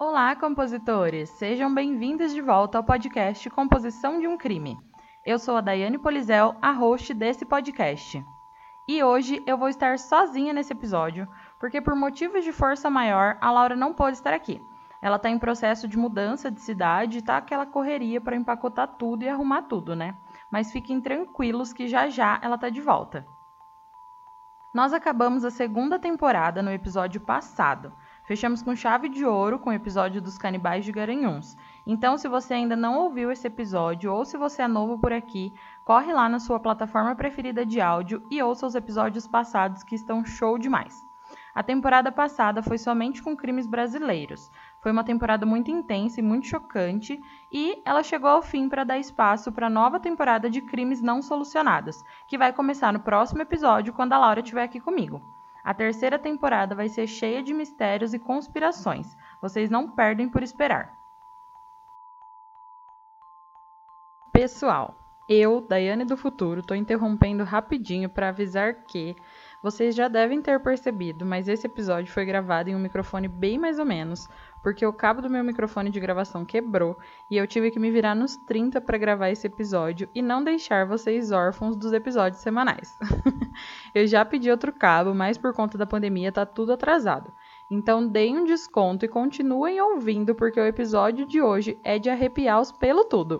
Olá, compositores! Sejam bem-vindos de volta ao podcast Composição de um Crime. Eu sou a Daiane Polizel, a host desse podcast. E hoje eu vou estar sozinha nesse episódio, porque por motivos de força maior, a Laura não pôde estar aqui. Ela está em processo de mudança de cidade e tá aquela correria para empacotar tudo e arrumar tudo, né? Mas fiquem tranquilos que já já ela tá de volta. Nós acabamos a segunda temporada no episódio passado. Fechamos com chave de ouro com o episódio dos Canibais de Garanhuns. Então, se você ainda não ouviu esse episódio ou se você é novo por aqui, corre lá na sua plataforma preferida de áudio e ouça os episódios passados que estão show demais. A temporada passada foi somente com crimes brasileiros. Foi uma temporada muito intensa e muito chocante e ela chegou ao fim para dar espaço para a nova temporada de crimes não solucionados, que vai começar no próximo episódio quando a Laura estiver aqui comigo. A terceira temporada vai ser cheia de mistérios e conspirações. Vocês não perdem por esperar. Pessoal, eu, Daiane do Futuro, estou interrompendo rapidinho para avisar que vocês já devem ter percebido, mas esse episódio foi gravado em um microfone bem mais ou menos, porque o cabo do meu microfone de gravação quebrou e eu tive que me virar nos 30 para gravar esse episódio e não deixar vocês órfãos dos episódios semanais. Eu já pedi outro cabo, mas por conta da pandemia tá tudo atrasado. Então deem um desconto e continuem ouvindo, porque o episódio de hoje é de arrepiar os pelos tudo.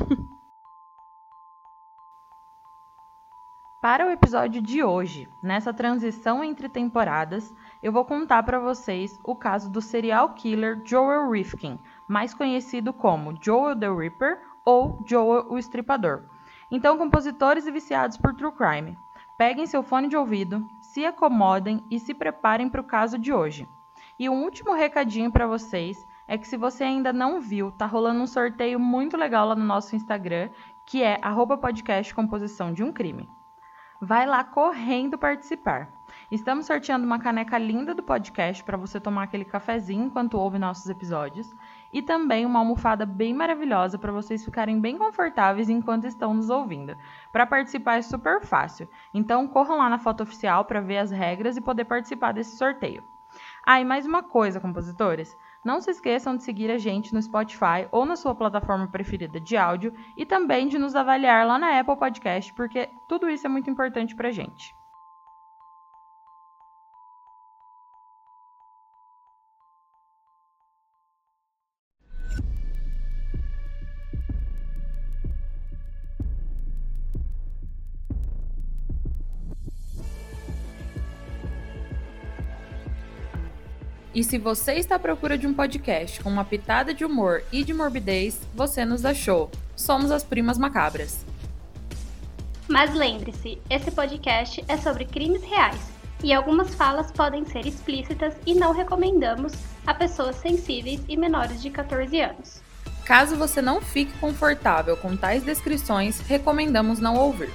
Para o episódio de hoje, nessa transição entre temporadas, eu vou contar para vocês o caso do serial killer Joel Rifkin, mais conhecido como Joel the Ripper ou Joel o Estripador. Então, compositores e viciados por true crime, peguem seu fone de ouvido, se acomodem e se preparem para o caso de hoje. E um último recadinho para vocês é que se você ainda não viu, tá rolando um sorteio muito legal lá no nosso Instagram, que é @podcast composição de um crime. Vai lá correndo participar. Estamos sorteando uma caneca linda do podcast para você tomar aquele cafezinho enquanto ouve nossos episódios e também uma almofada bem maravilhosa para vocês ficarem bem confortáveis enquanto estão nos ouvindo. Para participar é super fácil, então corram lá na foto oficial para ver as regras e poder participar desse sorteio. E mais uma coisa, compositores. Não se esqueçam de seguir a gente no Spotify ou na sua plataforma preferida de áudio e também de nos avaliar lá na Apple Podcast, porque tudo isso é muito importante pra gente. E se você está à procura de um podcast com uma pitada de humor e de morbidez, você nos achou. Somos as Primas Macabras. Mas lembre-se, esse podcast é sobre crimes reais e algumas falas podem ser explícitas e não recomendamos a pessoas sensíveis e menores de 14 anos. Caso você não fique confortável com tais descrições, recomendamos não ouvir.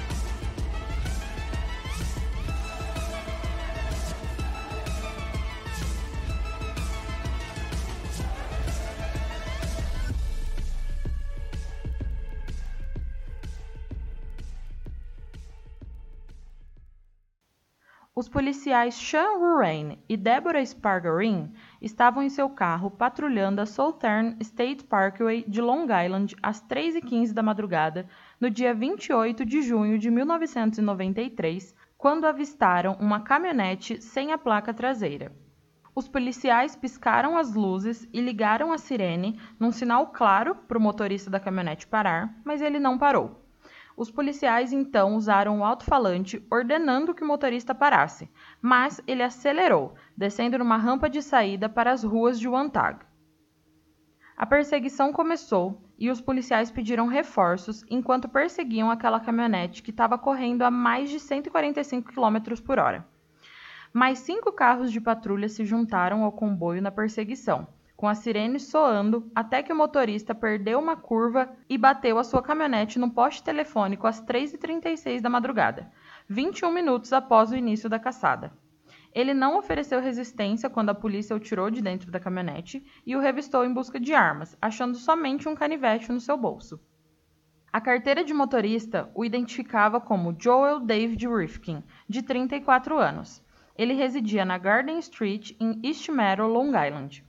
Os policiais Sean Ruane e Deborah Spargarin estavam em seu carro patrulhando a Southern State Parkway de Long Island às 3h15 da madrugada, no dia 28 de junho de 1993, quando avistaram uma caminhonete sem a placa traseira. Os policiais piscaram as luzes e ligaram a sirene num sinal claro para o motorista da caminhonete parar, mas ele não parou. Os policiais então usaram o alto-falante ordenando que o motorista parasse, mas ele acelerou, descendo numa rampa de saída para as ruas de Wantagh. A perseguição começou e os policiais pediram reforços enquanto perseguiam aquela caminhonete que estava correndo a mais de 145 km por hora. Mais 5 carros de patrulha se juntaram ao comboio na perseguição, com a sirene soando até que o motorista perdeu uma curva e bateu a sua caminhonete no poste telefônico às 3h36 da madrugada, 21 minutos após o início da caçada. Ele não ofereceu resistência quando a polícia o tirou de dentro da caminhonete e o revistou em busca de armas, achando somente um canivete no seu bolso. A carteira de motorista o identificava como Joel David Rifkin, de 34 anos. Ele residia na Garden Street, em East Meadow, Long Island.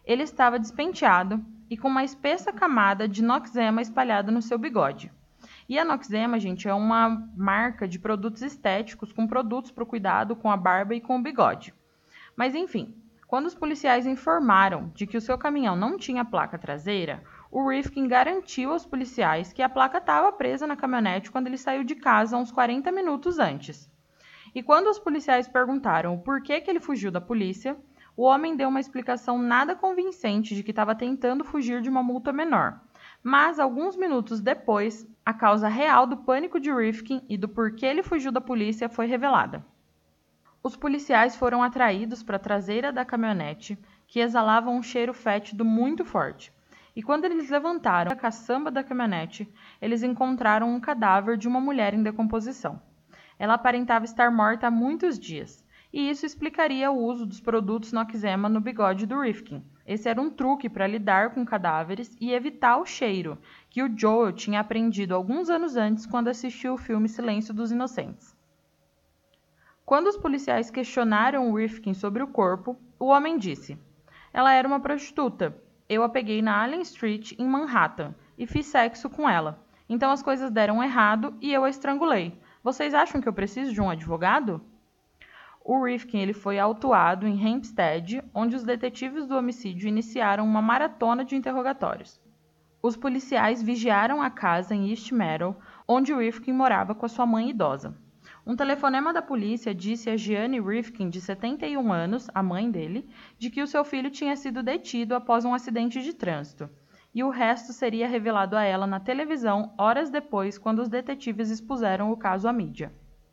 Ele estava despenteado e com uma espessa camada de noxema espalhada no seu bigode. E a Noxema, gente, é uma marca de produtos estéticos com produtos para o cuidado com a barba e com o bigode. Mas enfim, quando os policiais informaram de que o seu caminhão não tinha placa traseira, o Rifkin garantiu aos policiais que a placa estava presa na caminhonete quando ele saiu de casa uns 40 minutos antes. E quando os policiais perguntaram o porquê que ele fugiu da polícia, o homem deu uma explicação nada convincente de que estava tentando fugir de uma multa menor. Mas, alguns minutos depois, a causa real do pânico de Rifkin e do porquê ele fugiu da polícia foi revelada. Os policiais foram atraídos para a traseira da caminhonete, que exalava um cheiro fétido muito forte. E quando eles levantaram a caçamba da caminhonete, eles encontraram um cadáver de uma mulher em decomposição. Ela aparentava estar morta há muitos dias, e isso explicaria o uso dos produtos Noxema no bigode do Rifkin. Esse era um truque para lidar com cadáveres e evitar o cheiro, que o Joel tinha aprendido alguns anos antes quando assistiu o filme Silêncio dos Inocentes. Quando os policiais questionaram o Rifkin sobre o corpo, o homem disse: "Ela era uma prostituta. Eu a peguei na Allen Street, em Manhattan, e fiz sexo com ela. Então as coisas deram errado e eu a estrangulei. Vocês acham que eu preciso de um advogado?" O Rifkin ele foi autuado em Hempstead, onde os detetives do homicídio iniciaram uma maratona de interrogatórios. Os policiais vigiaram a casa em East Meadow, onde o Rifkin morava com a sua mãe idosa. Um telefonema da polícia disse a Jeanne Rifkin, de 71 anos, a mãe dele, de que o seu filho tinha sido detido após um acidente de trânsito. E o resto seria revelado a ela na televisão horas depois, quando os detetives expuseram o caso à mídia.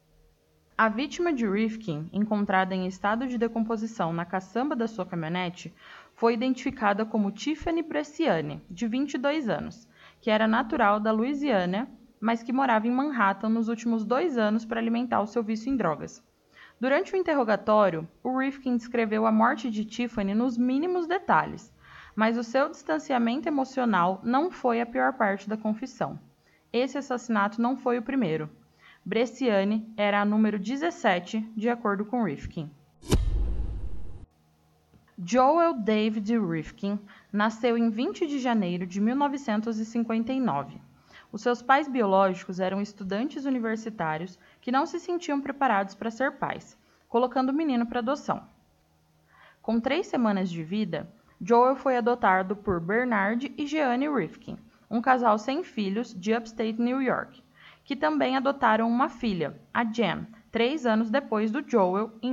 A vítima de Rifkin, encontrada em estado de decomposição na caçamba da sua caminhonete, foi identificada como Tiffany Bresciani, de 22 anos, que era natural da Louisiana, mas que morava em Manhattan nos últimos 2 anos para alimentar o seu vício em drogas. Durante o interrogatório, o Rifkin descreveu a morte de Tiffany nos mínimos detalhes, mas o seu distanciamento emocional não foi a pior parte da confissão. Esse assassinato não foi o primeiro. Bresciani era a número 17, de acordo com Rifkin. Joel David Rifkin nasceu em 20 de janeiro de 1959. Os seus pais biológicos eram estudantes universitários que não se sentiam preparados para ser pais, colocando o menino para adoção. Com 3 semanas de vida, Joel foi adotado por Bernard e Jeanne Rifkin, um casal sem filhos de upstate New York, que também adotaram uma filha, a Jen, 3 anos depois do Joel, em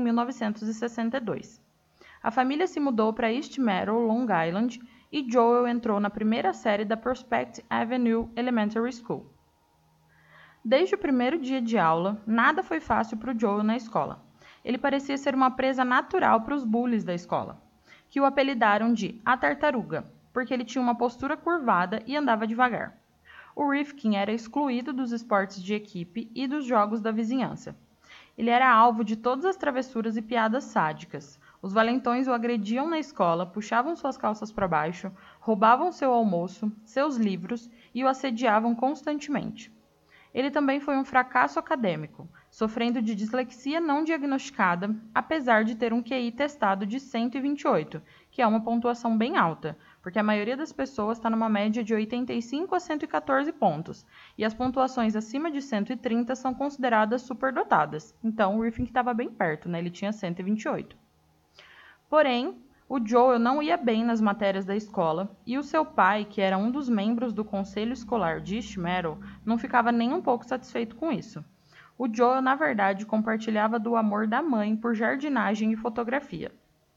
1962. A família se mudou para East Meadow, Long Island, e Joel entrou na primeira série da Prospect Avenue Elementary School. Desde o primeiro dia de aula, nada foi fácil para o Joel na escola. Ele parecia ser uma presa natural para os bullies da escola, que o apelidaram de "a tartaruga", porque ele tinha uma postura curvada e andava devagar. O Rifkin era excluído dos esportes de equipe e dos jogos da vizinhança. Ele era alvo de todas as travessuras e piadas sádicas. Os valentões o agrediam na escola, puxavam suas calças para baixo, roubavam seu almoço, seus livros e o assediavam constantemente. Ele também foi um fracasso acadêmico, sofrendo de dislexia não diagnosticada, apesar de ter um QI testado de 128, que é uma pontuação bem alta, porque a maioria das pessoas está numa média de 85 a 114 pontos, e as pontuações acima de 130 são consideradas superdotadas. Então, o Rifkin estava bem perto, né? Ele tinha 128. Porém, o Joel não ia bem nas matérias da escola, e o seu pai, que era um dos membros do conselho escolar de East Meadow, não ficava nem um pouco satisfeito com isso. O Joel, na verdade, compartilhava do amor da mãe por jardinagem e fotografia.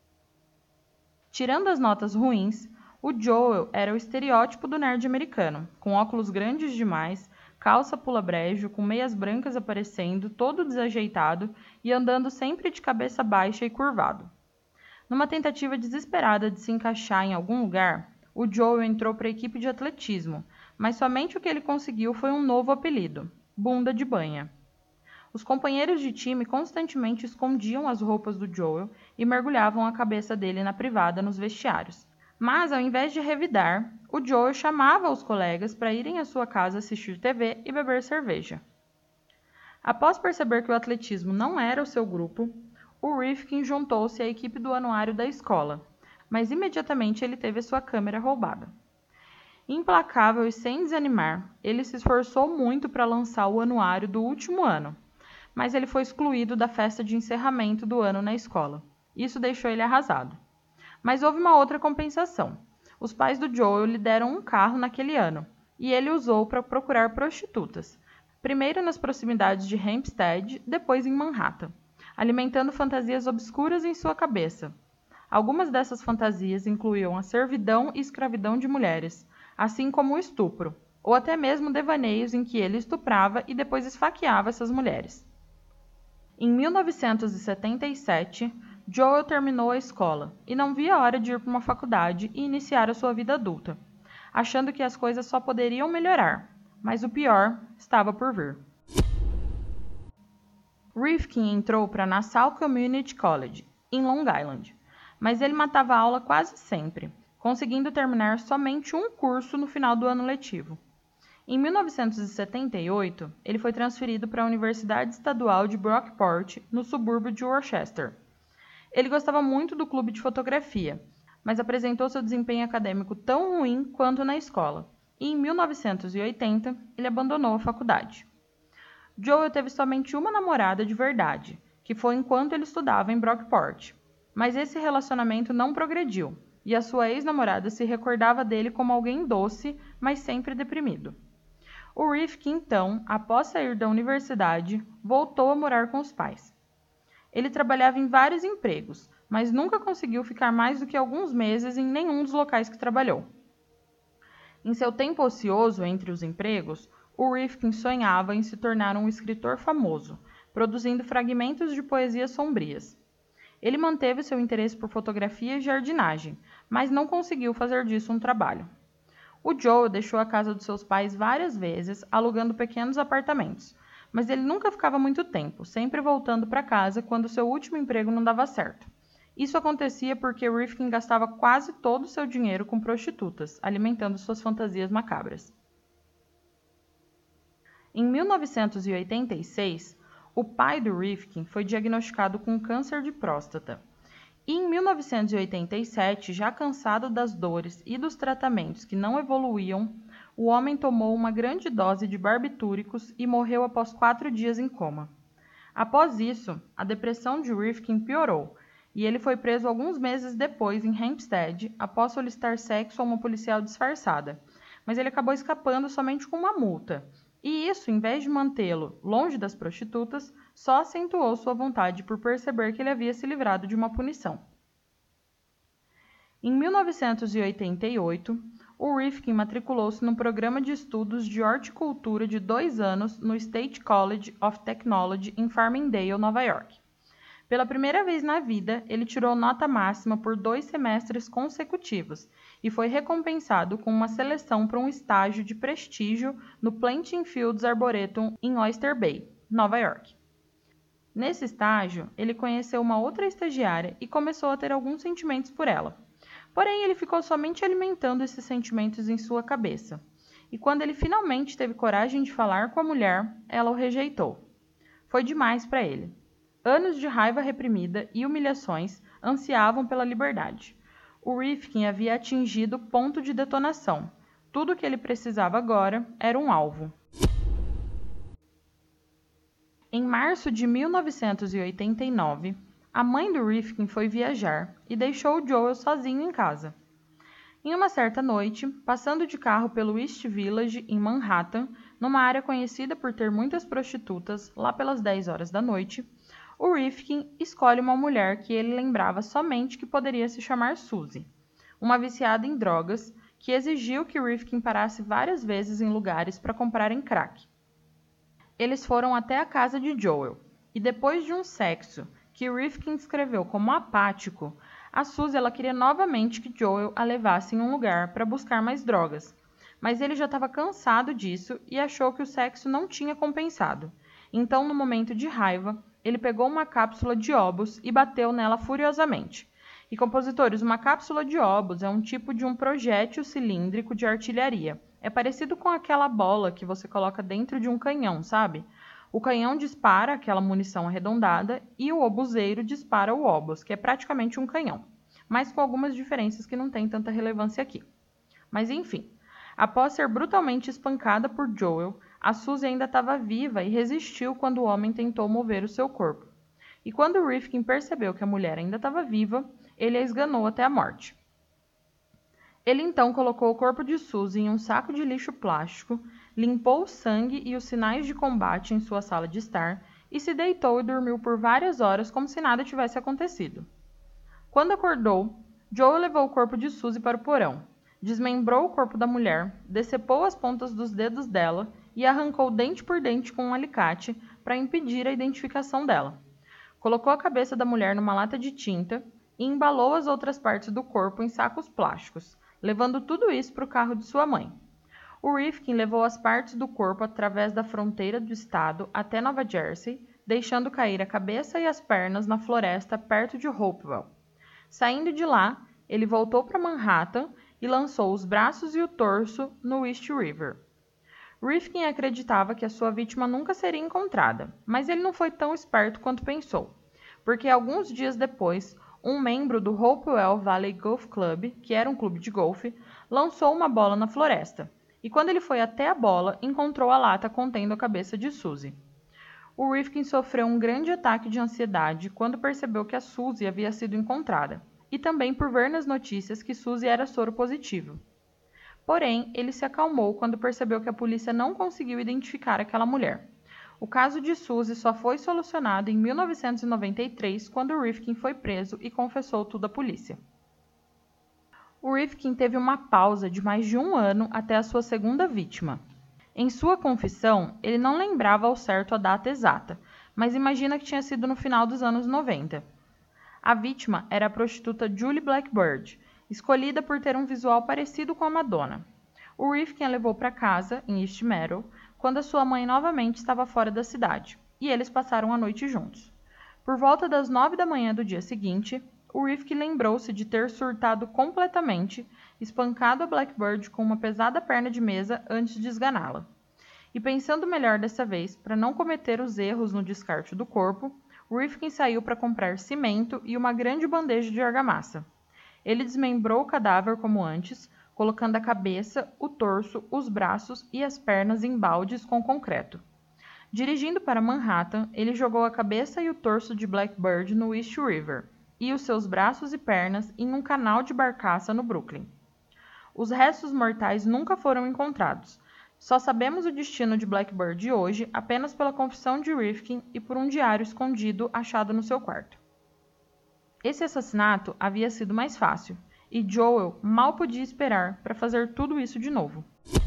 Tirando as notas ruins, o Joel era o estereótipo do nerd americano, com óculos grandes demais, calça pula-brejo, com meias brancas aparecendo, todo desajeitado e andando sempre de cabeça baixa e curvado. Numa tentativa desesperada de se encaixar em algum lugar, o Joel entrou para a equipe de atletismo, mas somente o que ele conseguiu foi um novo apelido: bunda de banha. Os companheiros de time constantemente escondiam as roupas do Joel e mergulhavam a cabeça dele na privada nos vestiários. Mas, ao invés de revidar, o Joel chamava os colegas para irem à sua casa assistir TV e beber cerveja. Após perceber que o atletismo não era o seu grupo, o Rifkin juntou-se à equipe do anuário da escola, mas imediatamente ele teve a sua câmera roubada. Implacável e sem desanimar, ele se esforçou muito para lançar o anuário do último ano, mas ele foi excluído da festa de encerramento do ano na escola. Isso deixou ele arrasado. Mas houve uma outra compensação. Os pais do Joel lhe deram um carro naquele ano, e ele usou para procurar prostitutas, primeiro nas proximidades de Hampstead, depois em Manhattan, alimentando fantasias obscuras em sua cabeça. Algumas dessas fantasias incluíam a servidão e escravidão de mulheres, assim como o estupro, ou até mesmo devaneios em que ele estuprava e depois esfaqueava essas mulheres. Em 1977, Joel terminou a escola e não via a hora de ir para uma faculdade e iniciar a sua vida adulta, achando que as coisas só poderiam melhorar, mas o pior estava por vir. Rifkin entrou para Nassau Community College, em Long Island, mas ele matava a aula quase sempre, conseguindo terminar somente um curso no final do ano letivo. Em 1978, ele foi transferido para a Universidade Estadual de Brockport, no subúrbio de Worcester. Ele gostava muito do clube de fotografia, mas apresentou seu desempenho acadêmico tão ruim quanto na escola, e em 1980 ele abandonou a faculdade. Joel teve somente uma namorada de verdade, que foi enquanto ele estudava em Brockport, mas esse relacionamento não progrediu, e a sua ex-namorada se recordava dele como alguém doce, mas sempre deprimido. O Rifkin, então, após sair da universidade, voltou a morar com os pais. Ele trabalhava em vários empregos, mas nunca conseguiu ficar mais do que alguns meses em nenhum dos locais que trabalhou. Em seu tempo ocioso entre os empregos, o Rifkin sonhava em se tornar um escritor famoso, produzindo fragmentos de poesias sombrias. Ele manteve seu interesse por fotografia e jardinagem, mas não conseguiu fazer disso um trabalho. O Joel deixou a casa dos seus pais várias vezes, alugando pequenos apartamentos, mas ele nunca ficava muito tempo, sempre voltando para casa quando seu último emprego não dava certo. Isso acontecia porque Rifkin gastava quase todo o seu dinheiro com prostitutas, alimentando suas fantasias macabras. Em 1986, o pai do Rifkin foi diagnosticado com câncer de próstata. E em 1987, já cansado das dores e dos tratamentos que não evoluíam, o homem tomou uma grande dose de barbitúricos e morreu após 4 dias em coma. Após isso, a depressão de Rifkin piorou, e ele foi preso alguns meses depois em Hampstead após solicitar sexo a uma policial disfarçada, mas ele acabou escapando somente com uma multa, e isso, em vez de mantê-lo longe das prostitutas, só acentuou sua vontade por perceber que ele havia se livrado de uma punição. Em 1988, o Rifkin matriculou-se num programa de estudos de horticultura de 2 anos no State College of Technology em Farmingdale, Nova York. Pela primeira vez na vida, ele tirou nota máxima por 2 semestres consecutivos e foi recompensado com uma seleção para um estágio de prestígio no Planting Fields Arboretum em Oyster Bay, Nova York. Nesse estágio, ele conheceu uma outra estagiária e começou a ter alguns sentimentos por ela. Porém, ele ficou somente alimentando esses sentimentos em sua cabeça. E quando ele finalmente teve coragem de falar com a mulher, ela o rejeitou. Foi demais para ele. Anos de raiva reprimida e humilhações ansiavam pela liberdade. O Rifkin havia atingido o ponto de detonação. Tudo o que ele precisava agora era um alvo. Em março de 1989, a mãe do Rifkin foi viajar e deixou o Joel sozinho em casa. Em uma certa noite, passando de carro pelo East Village, em Manhattan, numa área conhecida por ter muitas prostitutas, lá pelas 10 horas da noite, o Rifkin escolhe uma mulher que ele lembrava somente que poderia se chamar Suzy, uma viciada em drogas que exigiu que Rifkin parasse várias vezes em lugares para comprarem crack. Eles foram até a casa de Joel, e depois de um sexo que Rifkin descreveu como apático, a Suzy queria novamente que Joel a levasse em um lugar para buscar mais drogas, mas ele já estava cansado disso e achou que o sexo não tinha compensado. Então, no momento de raiva, ele pegou uma cápsula de obus e bateu nela furiosamente. E, compositores, uma cápsula de obus é um tipo de um projétil cilíndrico de artilharia. É parecido com aquela bola que você coloca dentro de um canhão, sabe? O canhão dispara aquela munição arredondada e o obuseiro dispara o obus, que é praticamente um canhão. mas com algumas diferenças que não têm tanta relevância aqui. Mas enfim, após ser brutalmente espancada por Joel, a Suzy ainda estava viva e resistiu quando o homem tentou mover o seu corpo. E quando Rifkin percebeu que a mulher ainda estava viva, ele a esganou até a morte. Ele então colocou o corpo de Suzy em um saco de lixo plástico, limpou o sangue e os sinais de combate em sua sala de estar e se deitou e dormiu por várias horas como se nada tivesse acontecido. Quando acordou, Joel levou o corpo de Suzy para o porão, desmembrou o corpo da mulher, decepou as pontas dos dedos dela e arrancou dente por dente com um alicate para impedir a identificação dela. Colocou a cabeça da mulher numa lata de tinta e embalou as outras partes do corpo em sacos plásticos, levando tudo isso para o carro de sua mãe. O Rifkin levou as partes do corpo através da fronteira do estado até Nova Jersey, deixando cair a cabeça e as pernas na floresta perto de Hopewell. Saindo de lá, ele voltou para Manhattan e lançou os braços e o torso no East River. Rifkin acreditava que a sua vítima nunca seria encontrada, mas ele não foi tão esperto quanto pensou, porque alguns dias depois, um membro do Hopewell Valley Golf Club, que era um clube de golfe, lançou uma bola na floresta, e quando ele foi até a bola, encontrou a lata contendo a cabeça de Suzy. O Rifkin sofreu um grande ataque de ansiedade quando percebeu que a Suzy havia sido encontrada, e também por ver nas notícias que Suzy era soro positivo. Porém, ele se acalmou quando percebeu que a polícia não conseguiu identificar aquela mulher. O caso de Suzy só foi solucionado em 1993, quando Rifkin foi preso e confessou tudo à polícia. O Rifkin teve uma pausa de mais de 1 ano até a sua segunda vítima. Em sua confissão, ele não lembrava ao certo a data exata, mas imagina que tinha sido no final dos anos 90. A vítima era a prostituta Julie Blackbird, escolhida por ter um visual parecido com a Madonna. O Rifkin a levou para casa, em East Meadow, quando a sua mãe novamente estava fora da cidade, e eles passaram a noite juntos. Por volta das 9 da manhã do dia seguinte, o Rifkin lembrou-se de ter surtado completamente, espancado a Blackbird com uma pesada perna de mesa antes de esganá-la. E pensando melhor dessa vez, para não cometer os erros no descarte do corpo, Rifkin saiu para comprar cimento e uma grande bandeja de argamassa. Ele desmembrou o cadáver como antes, colocando a cabeça, o torso, os braços e as pernas em baldes com concreto. Dirigindo para Manhattan, ele jogou a cabeça e o torso de Blackbird no East River e os seus braços e pernas em um canal de barcaça no Brooklyn. Os restos mortais nunca foram encontrados. Só sabemos o destino de Blackbird hoje apenas pela confissão de Rifkin e por um diário escondido achado no seu quarto. Esse assassinato havia sido mais fácil, e Joel mal podia esperar para fazer tudo isso de novo.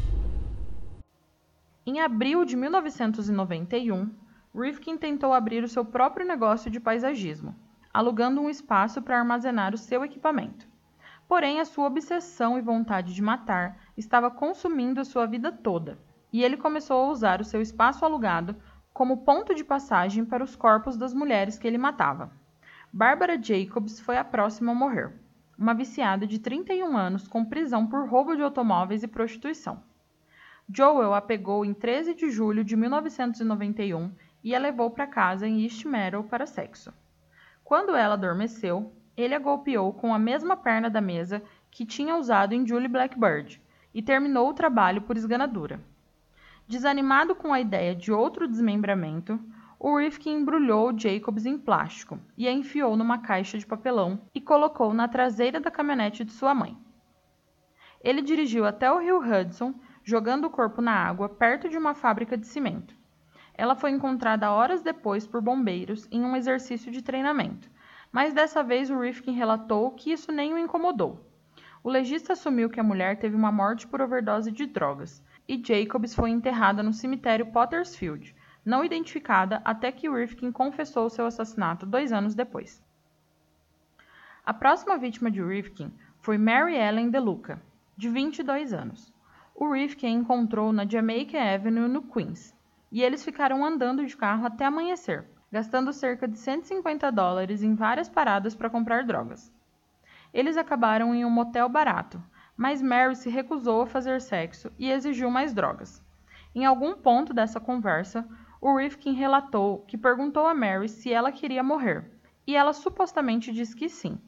Em abril de 1991, Rifkin tentou abrir o seu próprio negócio de paisagismo, alugando um espaço para armazenar o seu equipamento. Porém, a sua obsessão e vontade de matar estava consumindo a sua vida toda, e ele começou a usar o seu espaço alugado como ponto de passagem para os corpos das mulheres que ele matava. Barbara Jacobs foi a próxima a morrer, uma viciada de 31 anos com prisão por roubo de automóveis e prostituição. Joel a pegou em 13 de julho de 1991 e a levou para casa em East Meadow para sexo. Quando ela adormeceu, ele a golpeou com a mesma perna da mesa que tinha usado em Julie Blackbird e terminou o trabalho por esganadura. Desanimado com a ideia de outro desmembramento, o Rifkin embrulhou Jacobs em plástico e a enfiou numa caixa de papelão e colocou na traseira da caminhonete de sua mãe. Ele dirigiu até o rio Hudson, jogando o corpo na água perto de uma fábrica de cimento. Ela foi encontrada horas depois por bombeiros em um exercício de treinamento, mas dessa vez o Rifkin relatou que isso nem o incomodou. O legista assumiu que a mulher teve uma morte por overdose de drogas e Jacobs foi enterrada no cemitério Potter's Field, não identificada até que Rifkin confessou seu assassinato 2 anos depois. A próxima vítima de Rifkin foi Mary Ellen DeLuca, de 22 anos. O Rifkin a encontrou na Jamaica Avenue, no Queens, e eles ficaram andando de carro até amanhecer, gastando cerca de $150 em várias paradas para comprar drogas. Eles acabaram em um motel barato, mas Mary se recusou a fazer sexo e exigiu mais drogas. Em algum ponto dessa conversa, o Rifkin relatou que perguntou a Mary se ela queria morrer, e ela supostamente disse que sim.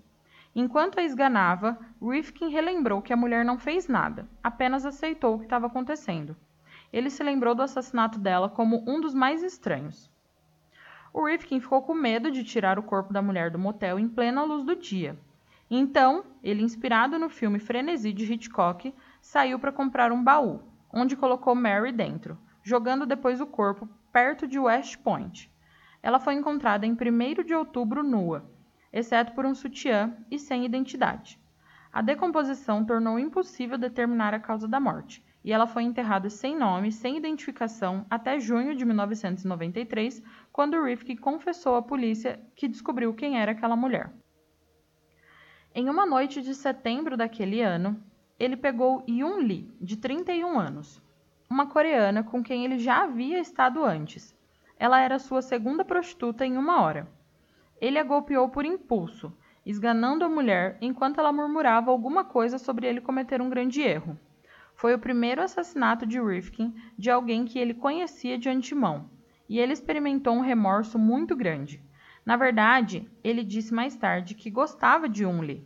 Enquanto a esganava, Rifkin relembrou que a mulher não fez nada, apenas aceitou o que estava acontecendo. Ele se lembrou do assassinato dela como um dos mais estranhos. O Rifkin ficou com medo de tirar o corpo da mulher do motel em plena luz do dia. Então, ele, inspirado no filme Frenesi de Hitchcock, saiu para comprar um baú, onde colocou Mary dentro, jogando depois o corpo perto de West Point. Ela foi encontrada em 1º de outubro nua, exceto por um sutiã e sem identidade. A decomposição tornou impossível determinar a causa da morte, e ela foi enterrada sem nome, sem identificação, até junho de 1993, quando Rifkin confessou à polícia que descobriu quem era aquela mulher. Em uma noite de setembro daquele ano, ele pegou Yoon Lee, de 31 anos, uma coreana com quem ele já havia estado antes. Ela era sua segunda prostituta em 1 hora. Ele a golpeou por impulso, esganando a mulher enquanto ela murmurava alguma coisa sobre ele cometer um grande erro. Foi o primeiro assassinato de Rifkin de alguém que ele conhecia de antemão, e ele experimentou um remorso muito grande. Na verdade, ele disse mais tarde que gostava de Yoon Lee.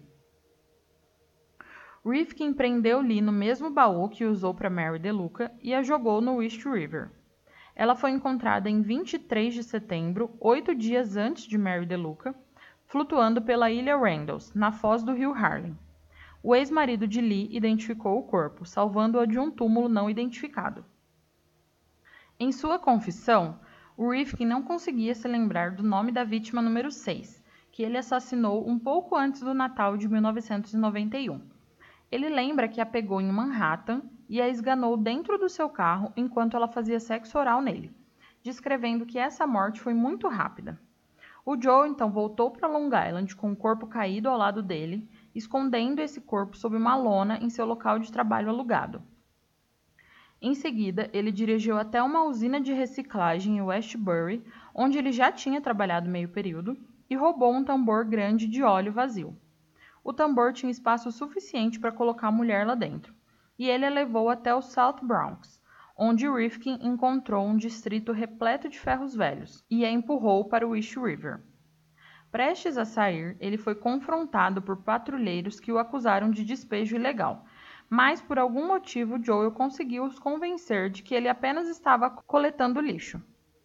Rifkin prendeu Lee no mesmo baú que usou para Mary DeLuca e a jogou no East River. Ela foi encontrada em 23 de setembro, 8 dias antes de Mary DeLuca, flutuando pela ilha Randalls, na foz do rio Harlem. O ex-marido de Lee identificou o corpo, salvando-a de um túmulo não identificado. Em sua confissão, o Rifkin não conseguia se lembrar do nome da vítima número 6, que ele assassinou um pouco antes do Natal de 1991. Ele lembra que a pegou em Manhattan e a esganou dentro do seu carro enquanto ela fazia sexo oral nele, descrevendo que essa morte foi muito rápida. O Joe então voltou para Long Island com o corpo caído ao lado dele, escondendo esse corpo sob uma lona em seu local de trabalho alugado. Em seguida, ele dirigiu até uma usina de reciclagem em Westbury, onde ele já tinha trabalhado meio período, e roubou um tambor grande de óleo vazio. O tambor tinha espaço suficiente para colocar a mulher lá dentro, e ele a levou até o South Bronx, onde Rifkin encontrou um distrito repleto de ferros velhos, e a empurrou para o East River. Prestes a sair, ele foi confrontado por patrulheiros que o acusaram de despejo ilegal, mas por algum motivo Joel conseguiu os convencer de que ele apenas estava coletando lixo.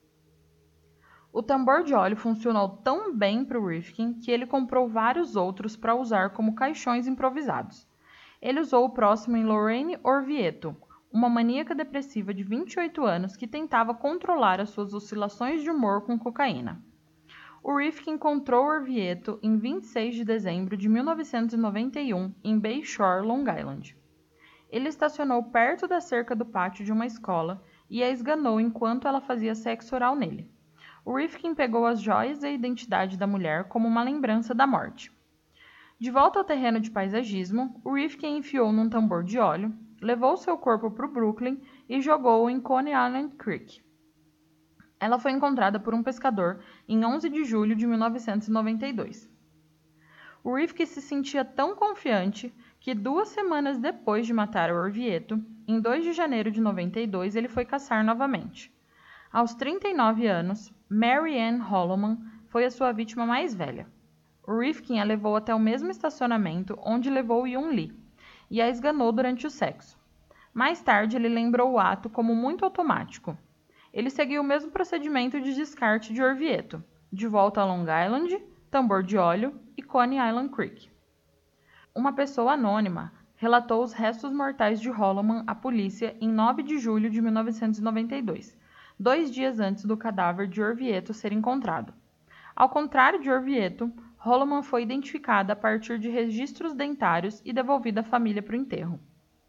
O tambor de óleo funcionou tão bem para o Rifkin que ele comprou vários outros para usar como caixões improvisados. Ele usou o próximo em Lorraine Orvieto, uma maníaca depressiva de 28 anos que tentava controlar as suas oscilações de humor com cocaína. O Rifkin encontrou Orvieto em 26 de dezembro de 1991 em Bayshore, Long Island. Ele estacionou perto da cerca do pátio de uma escola e a esganou enquanto ela fazia sexo oral nele. O Rifkin pegou as joias e a identidade da mulher como uma lembrança da morte. De volta ao terreno de paisagismo, o Rifkin enfiou num tambor de óleo, levou seu corpo para o Brooklyn e jogou-o em Coney Island Creek. Ela foi encontrada por um pescador em 11 de julho de 1992. O Rifkin se sentia tão confiante que 2 semanas depois de matar Orvieto, em 2 de janeiro de 92, ele foi caçar novamente. Aos 39 anos, Mary Ann Holloman foi a sua vítima mais velha. O Rifkin a levou até o mesmo estacionamento onde levou Yoon Lee e a esganou durante o sexo. Mais tarde, ele lembrou o ato como muito automático. Ele seguiu o mesmo procedimento de descarte de Orvieto, de volta a Long Island, tambor de óleo e Coney Island Creek. Uma pessoa anônima relatou os restos mortais de Holloman à polícia em 9 de julho de 1992, 2 dias antes do cadáver de Orvieto ser encontrado. Ao contrário de Orvieto, Holloman foi identificada a partir de registros dentários e devolvida à família para o enterro.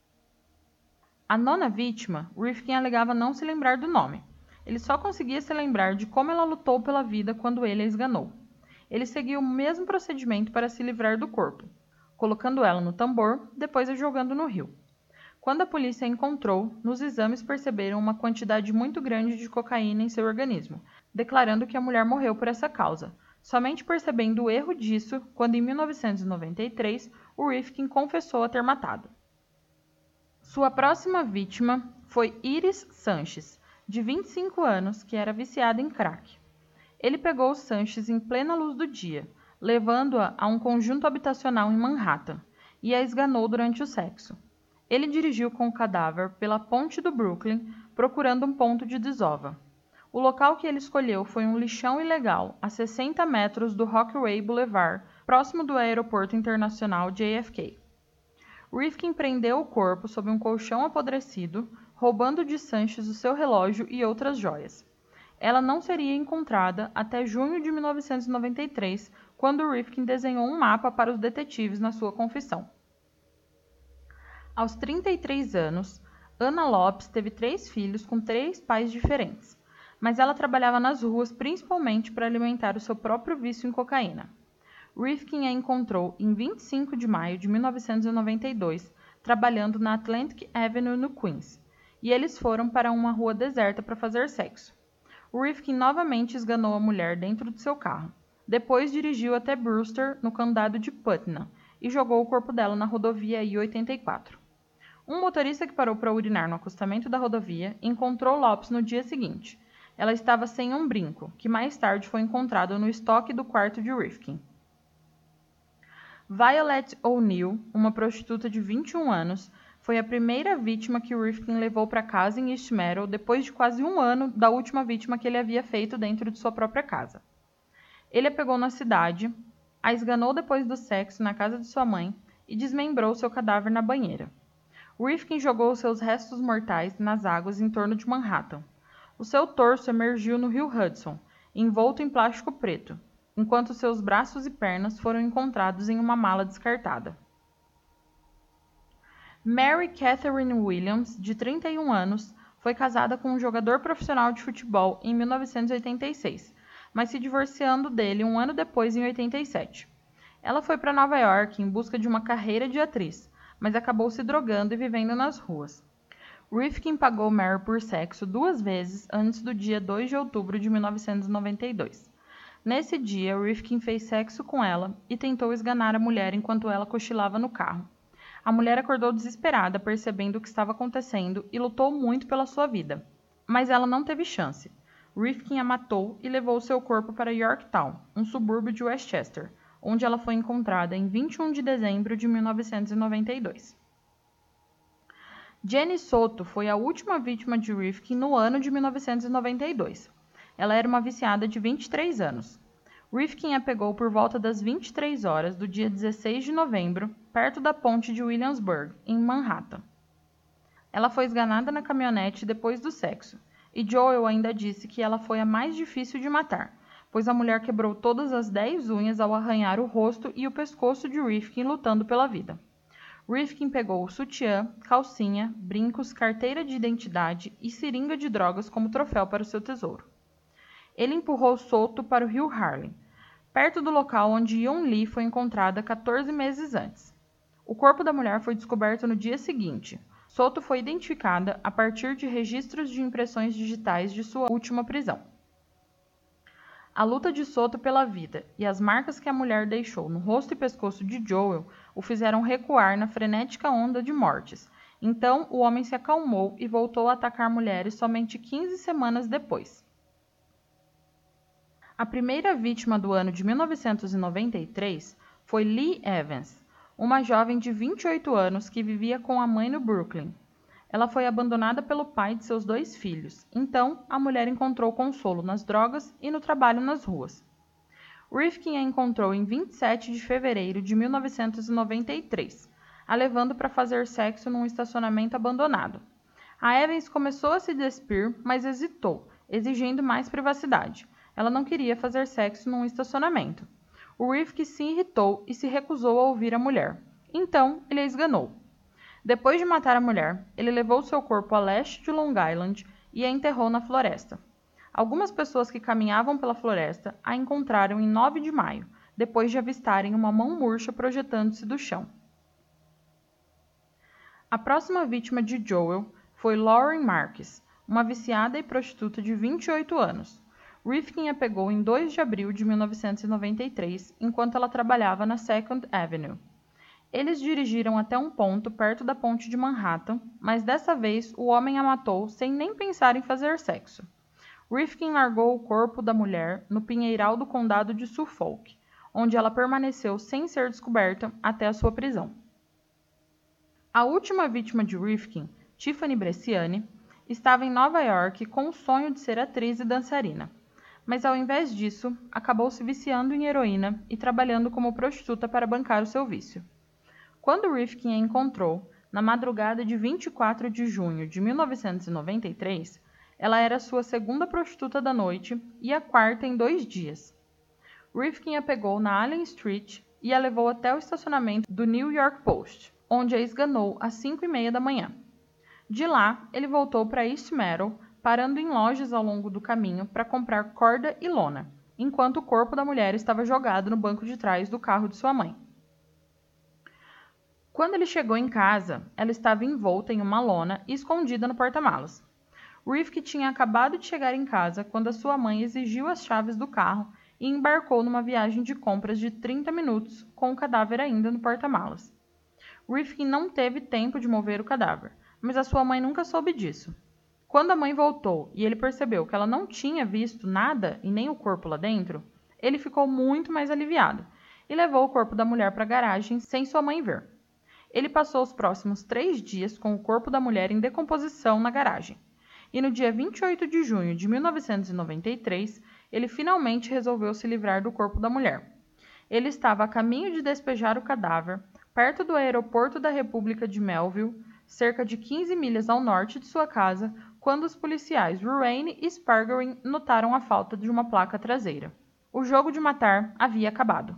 A 9ª vítima, Rifkin alegava não se lembrar do nome. Ele só conseguia se lembrar de como ela lutou pela vida quando ele a esganou. Ele seguiu o mesmo procedimento para se livrar do corpo, colocando ela no tambor, depois a jogando no rio. Quando a polícia a encontrou, nos exames perceberam uma quantidade muito grande de cocaína em seu organismo, declarando que a mulher morreu por essa causa, somente percebendo o erro disso quando, em 1993, o Rifkin confessou a ter matado. Sua próxima vítima foi Iris Sanches, de 25 anos, que era viciada em crack. Ele pegou Sanches em plena luz do dia, levando-a a um conjunto habitacional em Manhattan, e a esganou durante o sexo. Ele dirigiu com o cadáver pela ponte do Brooklyn, procurando um ponto de desova. O local que ele escolheu foi um lixão ilegal a 60 metros do Rockaway Boulevard, próximo do aeroporto internacional JFK. Rifkin prendeu o corpo sob um colchão apodrecido, roubando de Sanchez o seu relógio e outras joias. Ela não seria encontrada até junho de 1993, quando Rifkin desenhou um mapa para os detetives na sua confissão. Aos 33 anos, Ana Lopes teve 3 filhos com 3 pais diferentes, mas ela trabalhava nas ruas principalmente para alimentar o seu próprio vício em cocaína. Rifkin a encontrou em 25 de maio de 1992, trabalhando na Atlantic Avenue no Queens, e eles foram para uma rua deserta para fazer sexo. Rifkin novamente esganou a mulher dentro de seu carro. Depois dirigiu até Brewster, no condado de Putnam, e jogou o corpo dela na rodovia I-84. Um motorista que parou para urinar no acostamento da rodovia encontrou Lopes no dia seguinte. Ela estava sem um brinco, que mais tarde foi encontrado no estoque do quarto de Rifkin. Violet O'Neill, uma prostituta de 21 anos, foi a primeira vítima que Rifkin levou para casa em East Meadow depois de quase um ano da última vítima que ele havia feito dentro de sua própria casa. Ele a pegou na cidade, a esganou depois do sexo na casa de sua mãe e desmembrou seu cadáver na banheira. Rifkin jogou seus restos mortais nas águas em torno de Manhattan. O seu torso emergiu no rio Hudson, envolto em plástico preto, enquanto seus braços e pernas foram encontrados em uma mala descartada. Mary Catherine Williams, de 31 anos, foi casada com um jogador profissional de futebol em 1986, mas se divorciando dele um ano depois, em 87. Ela foi para Nova York em busca de uma carreira de atriz, mas acabou se drogando e vivendo nas ruas. Rifkin pagou Mary por sexo 2 vezes antes do dia 2 de outubro de 1992. Nesse dia, Rifkin fez sexo com ela e tentou esganar a mulher enquanto ela cochilava no carro. A mulher acordou desesperada, percebendo o que estava acontecendo, e lutou muito pela sua vida. Mas ela não teve chance. Rifkin a matou e levou seu corpo para Yorktown, um subúrbio de Westchester, onde ela foi encontrada em 21 de dezembro de 1992. Jenny Soto foi a última vítima de Rifkin no ano de 1992. Ela era uma viciada de 23 anos. Rifkin a pegou por volta das 23 horas do dia 16 de novembro, perto da ponte de Williamsburg, em Manhattan. Ela foi esganada na caminhonete depois do sexo, e Joel ainda disse que ela foi a mais difícil de matar, pois a mulher quebrou todas as 10 unhas ao arranhar o rosto e o pescoço de Rifkin lutando pela vida. Rifkin pegou o sutiã, calcinha, brincos, carteira de identidade e seringa de drogas como troféu para o seu tesouro. Ele empurrou Soto para o rio Harlem, perto do local onde Yeon Lee foi encontrada 14 meses antes. O corpo da mulher foi descoberto no dia seguinte. Soto foi identificada a partir de registros de impressões digitais de sua última prisão. A luta de Soto pela vida e as marcas que a mulher deixou no rosto e pescoço de Joel o fizeram recuar na frenética onda de mortes. Então, o homem se acalmou e voltou a atacar mulheres somente 15 semanas depois. A primeira vítima do ano de 1993 foi Lee Evans, uma jovem de 28 anos que vivia com a mãe no Brooklyn. Ela foi abandonada pelo pai de seus 2 filhos, então a mulher encontrou consolo nas drogas e no trabalho nas ruas. Rifkin a encontrou em 27 de fevereiro de 1993, a levando para fazer sexo num estacionamento abandonado. A Evans começou a se despir, mas hesitou, exigindo mais privacidade. Ela não queria fazer sexo num estacionamento. O Rifkin se irritou e se recusou a ouvir a mulher. Então, ele a esganou. Depois de matar a mulher, ele levou seu corpo a leste de Long Island e a enterrou na floresta. Algumas pessoas que caminhavam pela floresta a encontraram em 9 de maio, depois de avistarem uma mão murcha projetando-se do chão. A próxima vítima de Joel foi Lauren Marques, uma viciada e prostituta de 28 anos. Rifkin a pegou em 2 de abril de 1993, enquanto ela trabalhava na Second Avenue. Eles dirigiram até um ponto perto da ponte de Manhattan, mas dessa vez o homem a matou sem nem pensar em fazer sexo. Rifkin largou o corpo da mulher no pinheiral do condado de Suffolk, onde ela permaneceu sem ser descoberta até a sua prisão. A última vítima de Rifkin, Tiffany Bresciani, estava em Nova York com o sonho de ser atriz e dançarina, mas ao invés disso, acabou se viciando em heroína e trabalhando como prostituta para bancar o seu vício. Quando Rifkin a encontrou, na madrugada de 24 de junho de 1993, ela era sua segunda prostituta da noite e a quarta em 2 dias. Rifkin a pegou na Allen Street e a levou até o estacionamento do New York Post, onde a esganou às 5h30 da manhã. De lá, ele voltou para East Meadow, parando em lojas ao longo do caminho para comprar corda e lona, enquanto o corpo da mulher estava jogado no banco de trás do carro de sua mãe. Quando ele chegou em casa, ela estava envolta em uma lona e escondida no porta-malas. Rifkin tinha acabado de chegar em casa quando a sua mãe exigiu as chaves do carro e embarcou numa viagem de compras de 30 minutos com o cadáver ainda no porta-malas. Rifkin não teve tempo de mover o cadáver, mas a sua mãe nunca soube disso. Quando a mãe voltou e ele percebeu que ela não tinha visto nada e nem o corpo lá dentro, ele ficou muito mais aliviado e levou o corpo da mulher para a garagem sem sua mãe ver. Ele passou os próximos 3 dias com o corpo da mulher em decomposição na garagem. E no dia 28 de junho de 1993, ele finalmente resolveu se livrar do corpo da mulher. Ele estava a caminho de despejar o cadáver, perto do aeroporto da República de Melville, cerca de 15 milhas ao norte de sua casa, quando os policiais Ruane e Spargoring notaram a falta de uma placa traseira. O jogo de matar havia acabado.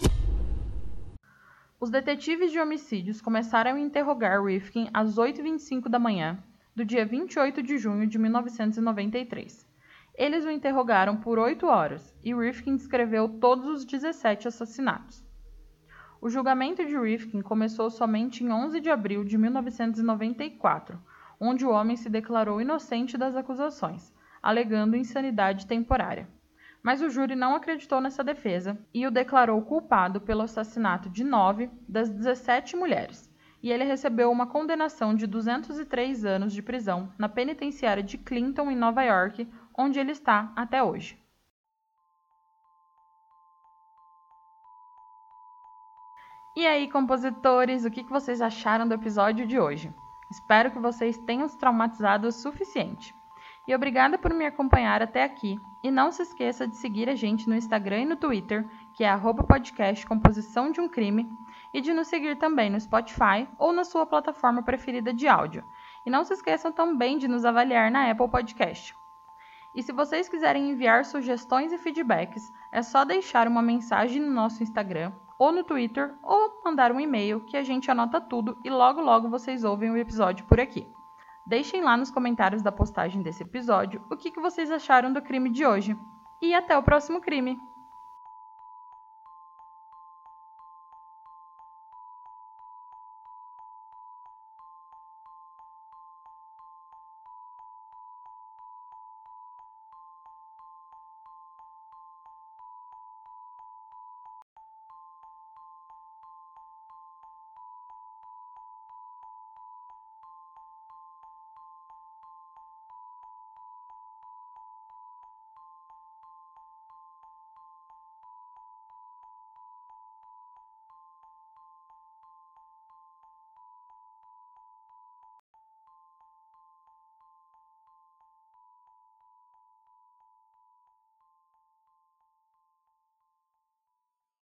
Os detetives de homicídios começaram a interrogar Rifkin às 8h25 da manhã, do dia 28 de junho de 1993. Eles o interrogaram por 8 horas e Rifkin descreveu todos os 17 assassinatos. O julgamento de Rifkin começou somente em 11 de abril de 1994, onde o homem se declarou inocente das acusações, alegando insanidade temporária. Mas o júri não acreditou nessa defesa e o declarou culpado pelo assassinato de 9 das 17 mulheres, e ele recebeu uma condenação de 203 anos de prisão na penitenciária de Clinton, em Nova York, onde ele está até hoje. E aí, compositores, o que vocês acharam do episódio de hoje? Espero que vocês tenham se traumatizado o suficiente. E obrigada por me acompanhar até aqui. E não se esqueça de seguir a gente no Instagram e no Twitter, que é @podcast Composição de um Crime, e de nos seguir também no Spotify ou na sua plataforma preferida de áudio. E não se esqueçam também de nos avaliar na Apple Podcast. E se vocês quiserem enviar sugestões e feedbacks, é só deixar uma mensagem no nosso Instagram ou no Twitter ou mandar um e-mail que a gente anota tudo e logo logo vocês ouvem o episódio por aqui. Deixem lá nos comentários da postagem desse episódio o que vocês acharam do crime de hoje. E até o próximo crime!